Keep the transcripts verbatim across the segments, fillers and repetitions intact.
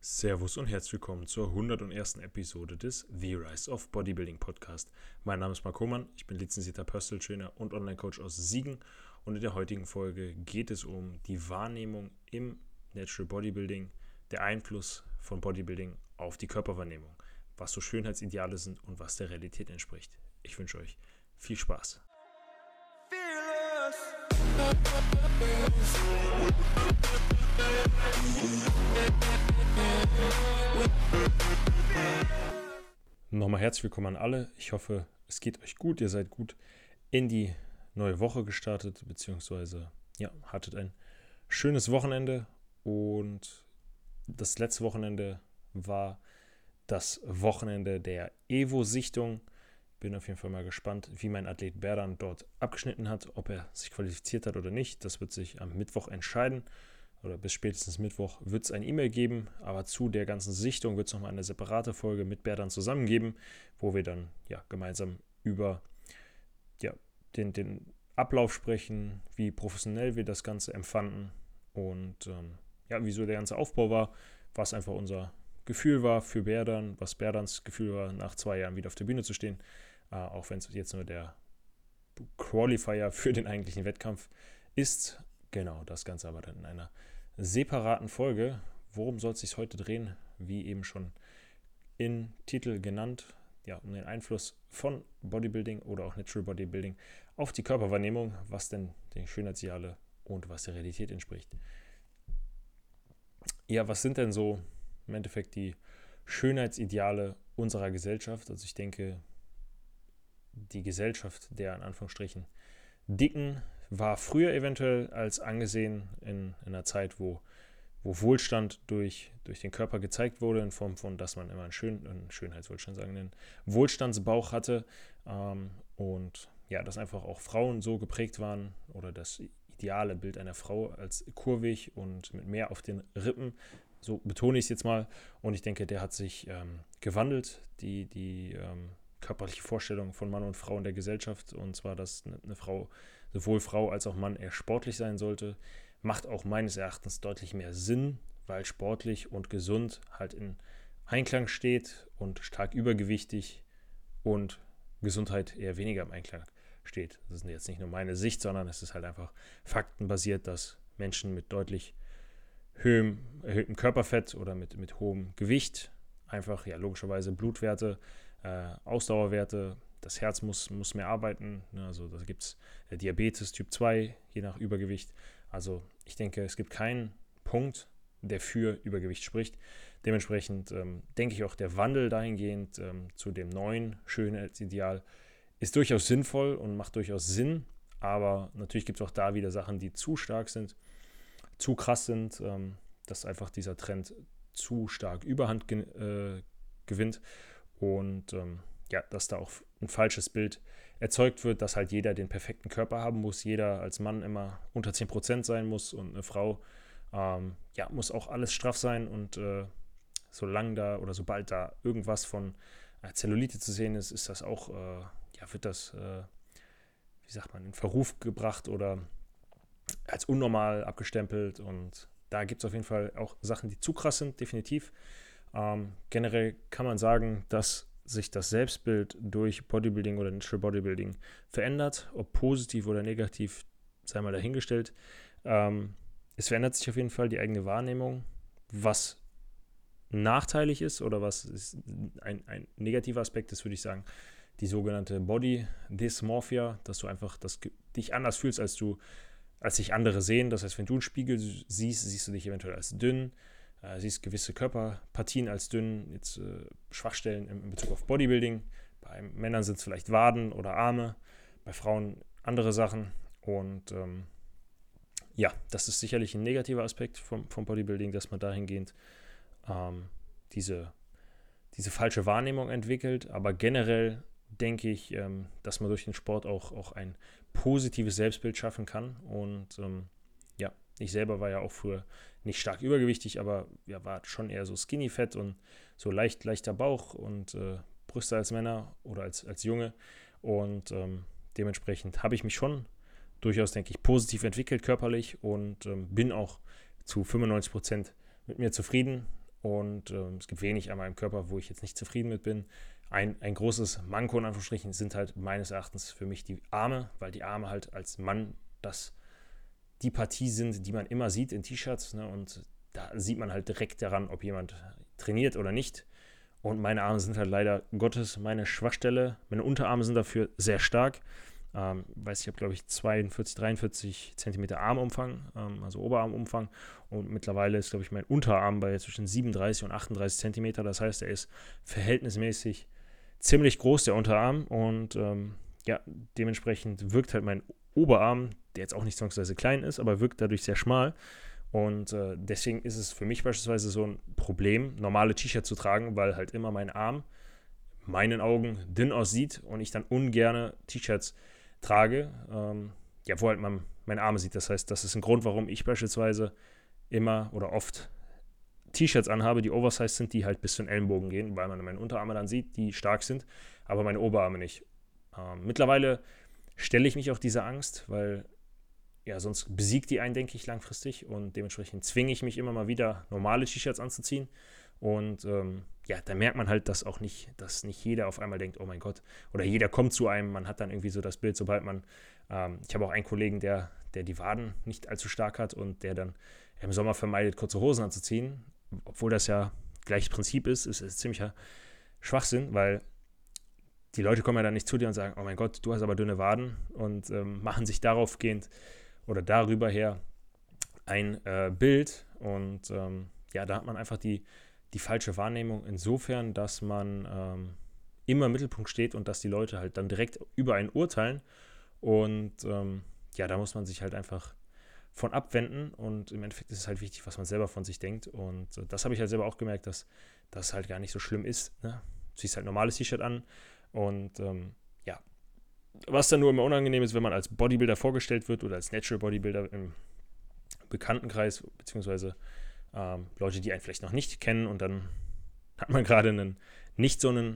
Servus und herzlich willkommen zur hundertersten Episode des The Rise of Bodybuilding Podcast. Mein Name ist Marc Hohmann, ich bin lizenzierter Personal Trainer und Online-Coach aus Siegen und in der heutigen Folge geht es um die Wahrnehmung im Natural Bodybuilding, der Einfluss von Bodybuilding auf die Körperwahrnehmung, was so Schönheitsideale sind und was der Realität entspricht. Ich wünsche euch viel Spaß. Nochmal herzlich willkommen an alle. Ich hoffe, es geht euch gut. Ihr seid gut in die neue Woche gestartet, beziehungsweise ja, hattet ein schönes Wochenende. Und das letzte Wochenende war das Wochenende der Evo-Sichtung. Bin auf jeden Fall mal gespannt, wie mein Athlet Berdan dort abgeschnitten hat, ob er sich qualifiziert hat oder nicht. Das wird sich am Mittwoch entscheiden. Oder bis spätestens Mittwoch wird es ein E-Mail geben, aber zu der ganzen Sichtung wird es nochmal eine separate Folge mit Berdan zusammen geben, wo wir dann ja gemeinsam über ja, den, den Ablauf sprechen, wie professionell wir das Ganze empfanden und ähm, ja, wieso der ganze Aufbau war, was einfach unser Gefühl war für Berdan, was Berdans Gefühl war, nach zwei Jahren wieder auf der Bühne zu stehen, äh, auch wenn es jetzt nur der Qualifier für den eigentlichen Wettkampf ist. Genau, das Ganze aber dann in einer separaten Folge. Worum soll es sich heute drehen? Wie eben schon im Titel genannt, ja, um den Einfluss von Bodybuilding oder auch Natural Bodybuilding auf die Körperwahrnehmung, was denn den Schönheitsideale und was der Realität entspricht. Ja, was sind denn so im Endeffekt die Schönheitsideale unserer Gesellschaft? Also ich denke, die Gesellschaft der in Anführungsstrichen Dicken war früher eventuell als angesehen in, in einer Zeit, wo, wo Wohlstand durch, durch den Körper gezeigt wurde, in Form von, dass man immer einen, Schön, einen Schönheitswohlstand sagen, einen Wohlstandsbauch hatte ähm, und ja, dass einfach auch Frauen so geprägt waren oder das ideale Bild einer Frau als kurvig und mit mehr auf den Rippen, so betone ich es jetzt mal, und ich denke, der hat sich ähm, gewandelt, die, die ähm, körperliche Vorstellung von Mann und Frau in der Gesellschaft, und zwar, dass eine Frau, sowohl Frau als auch Mann, eher sportlich sein sollte, macht auch meines Erachtens deutlich mehr Sinn, weil sportlich und gesund halt in Einklang steht und stark übergewichtig und Gesundheit eher weniger im Einklang steht. Das ist jetzt nicht nur meine Sicht, sondern es ist halt einfach faktenbasiert, dass Menschen mit deutlich höhem, erhöhtem Körperfett oder mit, mit hohem Gewicht einfach ja logischerweise Blutwerte, äh, Ausdauerwerte, das Herz muss, muss mehr arbeiten, ne? Also da gibt es äh, Diabetes Typ zwei, je nach Übergewicht. Also ich denke, es gibt keinen Punkt, der für Übergewicht spricht. Dementsprechend ähm, denke ich auch, der Wandel dahingehend ähm, zu dem neuen Schönheitsideal ist durchaus sinnvoll und macht durchaus Sinn, aber natürlich gibt es auch da wieder Sachen, die zu stark sind, zu krass sind, ähm, dass einfach dieser Trend zu stark Überhand ge- äh, gewinnt und ähm, ja, dass da auch ein falsches Bild erzeugt wird, dass halt jeder den perfekten Körper haben muss, jeder als Mann immer unter zehn Prozent sein muss und eine Frau ähm, ja, muss auch alles straff sein und äh, solange da oder sobald da irgendwas von äh, Zellulite zu sehen ist, ist das auch, äh, ja, wird das, äh, wie sagt man, in Verruf gebracht oder als unnormal abgestempelt, und da gibt es auf jeden Fall auch Sachen, die zu krass sind, definitiv. Ähm, generell kann man sagen, dass sich das Selbstbild durch Bodybuilding oder Natural Bodybuilding verändert, ob positiv oder negativ, sei mal dahingestellt. Ähm, es verändert sich auf jeden Fall die eigene Wahrnehmung, was nachteilig ist oder was ist ein, ein negativer Aspekt ist, würde ich sagen, die sogenannte Body Dysmorphia, dass du einfach das, dich anders fühlst, als du als sich andere sehen. Das heißt, wenn du einen Spiegel siehst, siehst du dich eventuell als dünn, äh, siehst gewisse Körperpartien als dünn, jetzt äh, Schwachstellen in, in Bezug auf Bodybuilding. Bei Männern sind es vielleicht Waden oder Arme, bei Frauen andere Sachen. Und ähm, ja, das ist sicherlich ein negativer Aspekt vom, vom Bodybuilding, dass man dahingehend ähm, diese, diese falsche Wahrnehmung entwickelt. Aber generell denke ich, ähm, dass man durch den Sport auch, auch ein positives Selbstbild schaffen kann. Und ähm, ja, ich selber war ja auch früher nicht stark übergewichtig, aber ja, war schon eher so skinny-fett und so leicht, leichter Bauch und äh, Brüste als Männer oder als, als Junge. Und ähm, dementsprechend habe ich mich schon durchaus, denke ich, positiv entwickelt körperlich und ähm, bin auch zu fünfundneunzig Prozent mit mir zufrieden. und ähm, es gibt wenig an meinem Körper, wo ich jetzt nicht zufrieden mit bin. Ein, ein großes Manko in Anführungsstrichen sind halt meines Erachtens für mich die Arme, weil die Arme halt als Mann das die Partie sind, die man immer sieht in T-Shirts, ne? Und da sieht man halt direkt daran, ob jemand trainiert oder nicht. Und meine Arme sind halt leider Gottes meine Schwachstelle. Meine Unterarme sind dafür sehr stark. Ähm, weiß ich habe, glaube ich, zweiundvierzig, dreiundvierzig Zentimeter Armumfang, ähm, also Oberarmumfang. Und mittlerweile ist, glaube ich, mein Unterarm bei zwischen siebenunddreißig und achtunddreißig Zentimeter. Das heißt, er ist verhältnismäßig ziemlich groß, der Unterarm. Und ähm, ja, dementsprechend wirkt halt mein Oberarm, der jetzt auch nicht zwangsweise klein ist, aber wirkt dadurch sehr schmal. Und äh, deswegen ist es für mich beispielsweise so ein Problem, normale T-Shirts zu tragen, weil halt immer mein Arm meinen Augen dünn aussieht und ich dann ungerne T-Shirts trage, ähm, ja, wo halt man meine Arme sieht. Das heißt, das ist ein Grund, warum ich beispielsweise immer oder oft T-Shirts anhabe, die oversized sind, die halt bis zu den Ellenbogen gehen, weil man meine Unterarme dann sieht, die stark sind, aber meine Oberarme nicht. Ähm, mittlerweile stelle ich mich auch dieser Angst, weil ja, sonst besiegt die einen, denke ich, langfristig und dementsprechend zwinge ich mich immer mal wieder, normale T-Shirts anzuziehen und ähm, ja, da merkt man halt, dass auch nicht, dass nicht jeder auf einmal denkt, oh mein Gott, oder jeder kommt zu einem, man hat dann irgendwie so das Bild, sobald man, ähm, ich habe auch einen Kollegen, der, der die Waden nicht allzu stark hat und der dann im Sommer vermeidet, kurze Hosen anzuziehen, obwohl das ja gleiches Prinzip ist, ist es ziemlicher Schwachsinn, weil die Leute kommen ja dann nicht zu dir und sagen, oh mein Gott, du hast aber dünne Waden und ähm, machen sich darauf gehend oder darüber her ein äh, Bild und ähm, ja, da hat man einfach die, die falsche Wahrnehmung insofern, dass man ähm, immer im Mittelpunkt steht und dass die Leute halt dann direkt über einen urteilen und ähm, ja, da muss man sich halt einfach von abwenden und im Endeffekt ist es halt wichtig, was man selber von sich denkt und äh, das habe ich halt selber auch gemerkt, dass das halt gar nicht so schlimm ist, ne? Du ziehst halt ein normales T-Shirt an und ähm, ja, was dann nur immer unangenehm ist, wenn man als Bodybuilder vorgestellt wird oder als Natural Bodybuilder im Bekanntenkreis, beziehungsweise ähm, Leute, die einen vielleicht noch nicht kennen und dann hat man gerade einen, nicht so einen,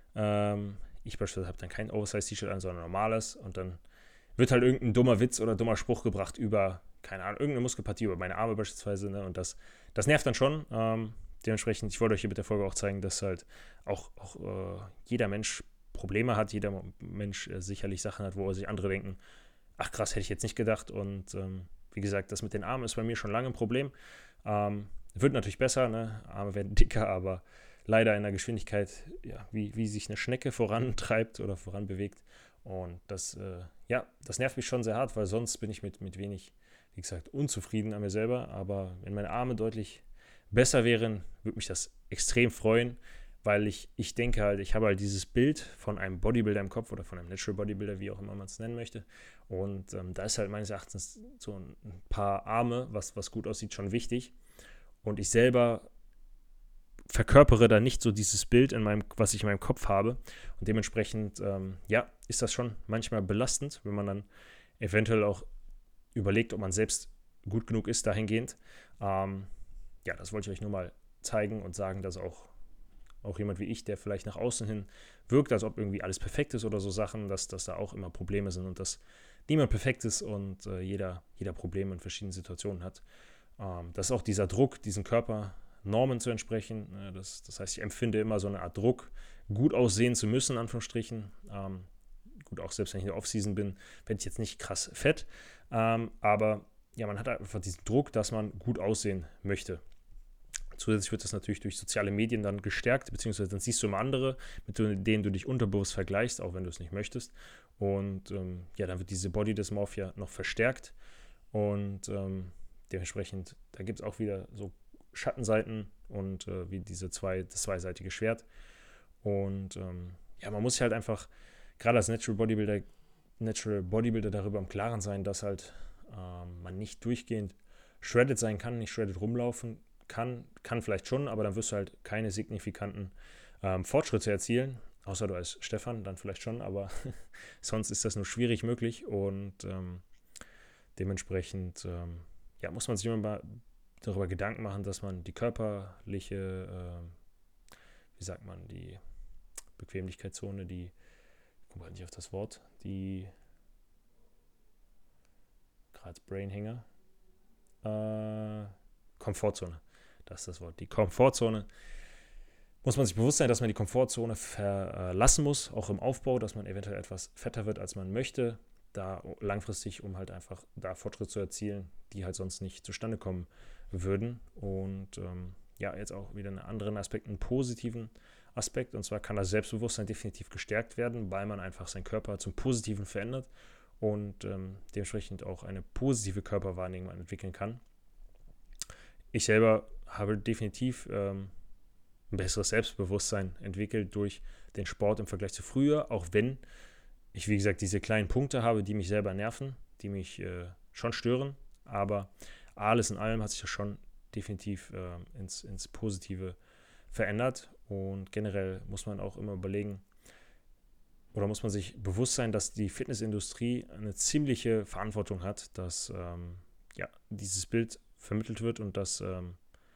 ähm, ich beispielsweise habe dann kein Oversize-T-Shirt an, sondern ein normales und dann wird halt irgendein dummer Witz oder dummer Spruch gebracht über, keine Ahnung, irgendeine Muskelpartie, über meine Arme beispielsweise, ne? Und das, das nervt dann schon. Ähm, dementsprechend, ich wollte euch hier mit der Folge auch zeigen, dass halt auch, auch äh, jeder Mensch Probleme hat, jeder Mensch äh, sicherlich Sachen hat, wo sich andere denken, ach krass, hätte ich jetzt nicht gedacht. Und ähm, wie gesagt, das mit den Armen ist bei mir schon lange ein Problem. Ähm, wird natürlich besser, ne? Arme werden dicker, aber leider in der Geschwindigkeit, ja, wie, wie sich eine Schnecke vorantreibt oder voranbewegt. Und das, äh, ja, das nervt mich schon sehr hart, weil sonst bin ich mit, mit wenig, wie gesagt, unzufrieden an mir selber. Aber wenn meine Arme deutlich besser wären, würde mich das extrem freuen, weil ich, ich denke halt, ich habe halt dieses Bild von einem Bodybuilder im Kopf oder von einem Natural Bodybuilder, wie auch immer man es nennen möchte. Und ähm, da ist halt meines Erachtens so ein paar Arme, was, was gut aussieht, schon wichtig. Und ich selber verkörpere da nicht so dieses Bild, in meinem, was ich in meinem Kopf habe. Und dementsprechend, ähm, ja, ist das schon manchmal belastend, wenn man dann eventuell auch überlegt, ob man selbst gut genug ist dahingehend. Ähm, ja, das wollte ich euch nur mal zeigen und sagen, dass auch, auch jemand wie ich, der vielleicht nach außen hin wirkt, als ob irgendwie alles perfekt ist oder so Sachen, dass, dass da auch immer Probleme sind und dass niemand perfekt ist und äh, jeder, jeder Probleme in verschiedenen Situationen hat. Ähm, das ist auch dieser Druck, diesen Körpernormen zu entsprechen. Äh, das, das heißt, ich empfinde immer so eine Art Druck, gut aussehen zu müssen, in Anführungsstrichen. Ähm, gut, auch selbst wenn ich in der Offseason bin, werde ich jetzt nicht krass fett. Ähm, aber ja, man hat einfach diesen Druck, dass man gut aussehen möchte. Zusätzlich wird das natürlich durch soziale Medien dann gestärkt, beziehungsweise dann siehst du immer andere, mit denen du dich unterbewusst vergleichst, auch wenn du es nicht möchtest. Und ähm, ja, dann wird diese Body Dysmorphia noch verstärkt. Und ähm, dementsprechend, da gibt es auch wieder so Schattenseiten und äh, wie diese zwei, das zweiseitige Schwert. Und ähm, ja, man muss sich halt einfach, gerade als Natural Bodybuilder, Natural Bodybuilder darüber im Klaren sein, dass halt ähm, man nicht durchgehend shredded sein kann, nicht shredded rumlaufen kann, kann vielleicht schon, aber dann wirst du halt keine signifikanten ähm, Fortschritte erzielen, außer du als Stefan, dann vielleicht schon, aber sonst ist das nur schwierig möglich und ähm, dementsprechend ähm, ja, muss man sich immer mal darüber Gedanken machen, dass man die körperliche, äh, wie sagt man, die Bequemlichkeitszone, die, ich komme gerade nicht auf das Wort, die, gerade Brainhänger, äh, Komfortzone. das ist das Wort, die Komfortzone, muss man sich bewusst sein, dass man die Komfortzone verlassen muss, auch im Aufbau, dass man eventuell etwas fetter wird, als man möchte, da langfristig, um halt einfach da Fortschritte zu erzielen, die halt sonst nicht zustande kommen würden. Und ähm, ja, jetzt auch wieder einen anderen Aspekt, einen positiven Aspekt, und zwar kann das Selbstbewusstsein definitiv gestärkt werden, weil man einfach seinen Körper zum Positiven verändert und ähm, dementsprechend auch eine positive Körperwahrnehmung entwickeln kann. Ich selber habe definitiv ähm, ein besseres Selbstbewusstsein entwickelt durch den Sport im Vergleich zu früher, auch wenn ich, wie gesagt, diese kleinen Punkte habe, die mich selber nerven, die mich äh, schon stören, aber alles in allem hat sich das schon definitiv äh, ins, ins Positive verändert, und generell muss man auch immer überlegen, oder muss man sich bewusst sein, dass die Fitnessindustrie eine ziemliche Verantwortung hat, dass ähm, ja, dieses Bild vermittelt wird und dass, ähm,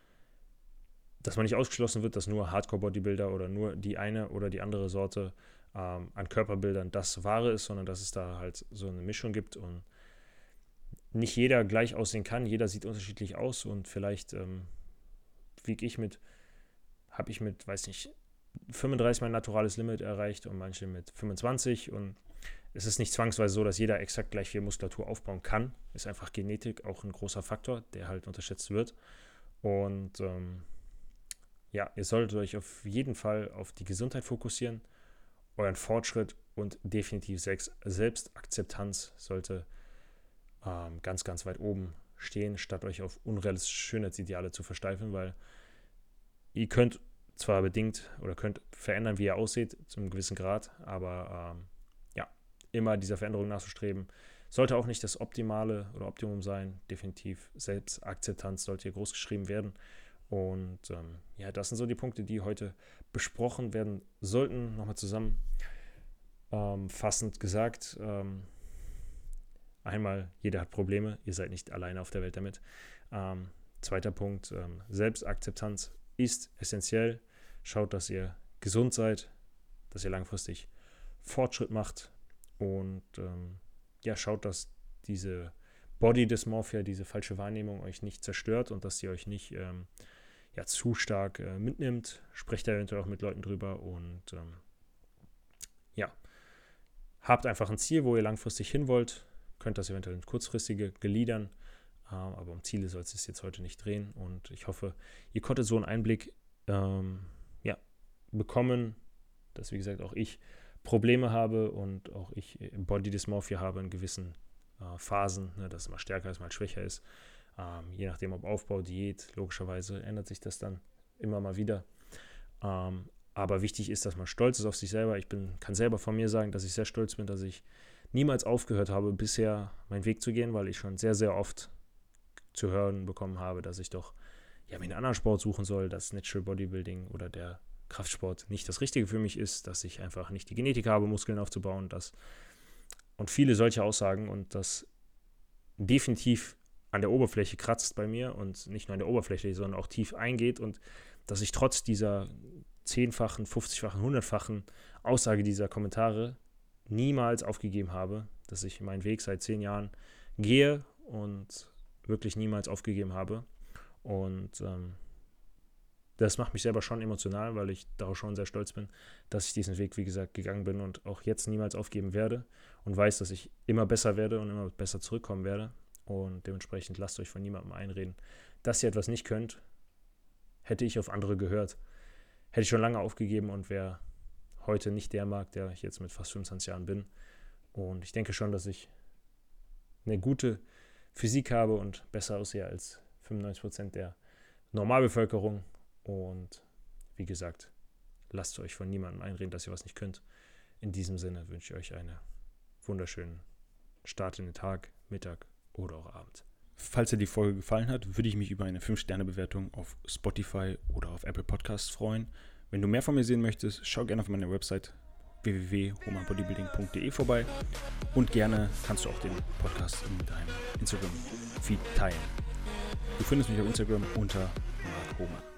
dass man nicht ausgeschlossen wird, dass nur Hardcore-Bodybuilder oder nur die eine oder die andere Sorte ähm, an Körperbildern das Wahre ist, sondern dass es da halt so eine Mischung gibt und nicht jeder gleich aussehen kann. Jeder sieht unterschiedlich aus, und vielleicht ähm, wiege ich mit, habe ich mit, weiß nicht, fünfunddreißig mein naturales Limit erreicht und manche mit fünfundzwanzig, und es ist nicht zwangsweise so, dass jeder exakt gleich viel Muskulatur aufbauen kann. Ist einfach Genetik auch ein großer Faktor, der halt unterschätzt wird. Und ähm, ja, ihr solltet euch auf jeden Fall auf die Gesundheit fokussieren, euren Fortschritt, und definitiv Selbstakzeptanz sollte ähm, ganz, ganz weit oben stehen, statt euch auf unrealistische Schönheitsideale zu versteifen, weil ihr könnt zwar bedingt oder könnt verändern, wie ihr aussieht, zu einem gewissen Grad, aber ähm, ja, immer dieser Veränderung nachzustreben, sollte auch nicht das Optimale oder Optimum sein. Definitiv Selbstakzeptanz sollte hier groß geschrieben werden. Und ähm, ja, das sind so die Punkte, die heute besprochen werden sollten. Nochmal zusammenfassend ähm, gesagt, ähm, einmal, jeder hat Probleme, ihr seid nicht alleine auf der Welt damit. Ähm, zweiter Punkt, ähm, Selbstakzeptanz ist essentiell. Schaut, dass ihr gesund seid, dass ihr langfristig Fortschritt macht, und ähm, ja, schaut, dass diese Body Dysmorphia, diese falsche Wahrnehmung euch nicht zerstört und dass sie euch nicht ähm, ja, zu stark äh, mitnimmt. Sprecht da eventuell auch mit Leuten drüber, und ähm, ja, habt einfach ein Ziel, wo ihr langfristig hin wollt. Könnt das eventuell in kurzfristige gliedern, äh, aber um Ziele soll es sich jetzt heute nicht drehen, und ich hoffe, ihr konntet so einen Einblick ähm, ja, bekommen, dass, wie gesagt, auch ich Probleme habe und auch ich Body Dysmorphia habe in gewissen äh, Phasen, ne, dass es mal stärker ist, mal schwächer ist. Ähm, je nachdem, ob Aufbau, Diät, logischerweise ändert sich das dann immer mal wieder. Ähm, aber wichtig ist, dass man stolz ist auf sich selber. Ich bin, kann selber von mir sagen, dass ich sehr stolz bin, dass ich niemals aufgehört habe, bisher meinen Weg zu gehen, weil ich schon sehr, sehr oft zu hören bekommen habe, dass ich doch ja, mir einen anderen Sport suchen soll, dass Natural Bodybuilding oder der Kraftsport nicht das Richtige für mich ist, dass ich einfach nicht die Genetik habe, Muskeln aufzubauen, dass, und viele solche Aussagen, und das definitiv an der Oberfläche kratzt bei mir und nicht nur an der Oberfläche, sondern auch tief eingeht, und dass ich trotz dieser zehnfachen, fünfzigfachen, hundertfachen Aussage dieser Kommentare niemals aufgegeben habe, dass ich meinen Weg seit zehn Jahren gehe und wirklich niemals aufgegeben habe. Und ähm, das macht mich selber schon emotional, weil ich darauf schon sehr stolz bin, dass ich diesen Weg, wie gesagt, gegangen bin und auch jetzt niemals aufgeben werde und weiß, dass ich immer besser werde und immer besser zurückkommen werde. Und dementsprechend lasst euch von niemandem einreden, dass ihr etwas nicht könnt. Hätte ich auf andere gehört, hätte ich schon lange aufgegeben und wäre heute nicht der Marc, der ich jetzt mit fast fünfundzwanzig Jahren bin. Und ich denke schon, dass ich eine gute Physik habe und besser aussehe als fünfundneunzig Prozent der Normalbevölkerung. Und wie gesagt, lasst euch von niemandem einreden, dass ihr was nicht könnt. In diesem Sinne wünsche ich euch einen wunderschönen Start in den Tag, Mittag oder auch Abend. Falls dir die Folge gefallen hat, würde ich mich über eine fünf Sterne Bewertung auf Spotify oder auf Apple Podcasts freuen. Wenn du mehr von mir sehen möchtest, schau gerne auf meiner Website w w w punkt homan bodybuilding punkt d e vorbei, und gerne kannst du auch den Podcast in deinem Instagram-Feed teilen. Du findest mich auf Instagram unter Marc Homan.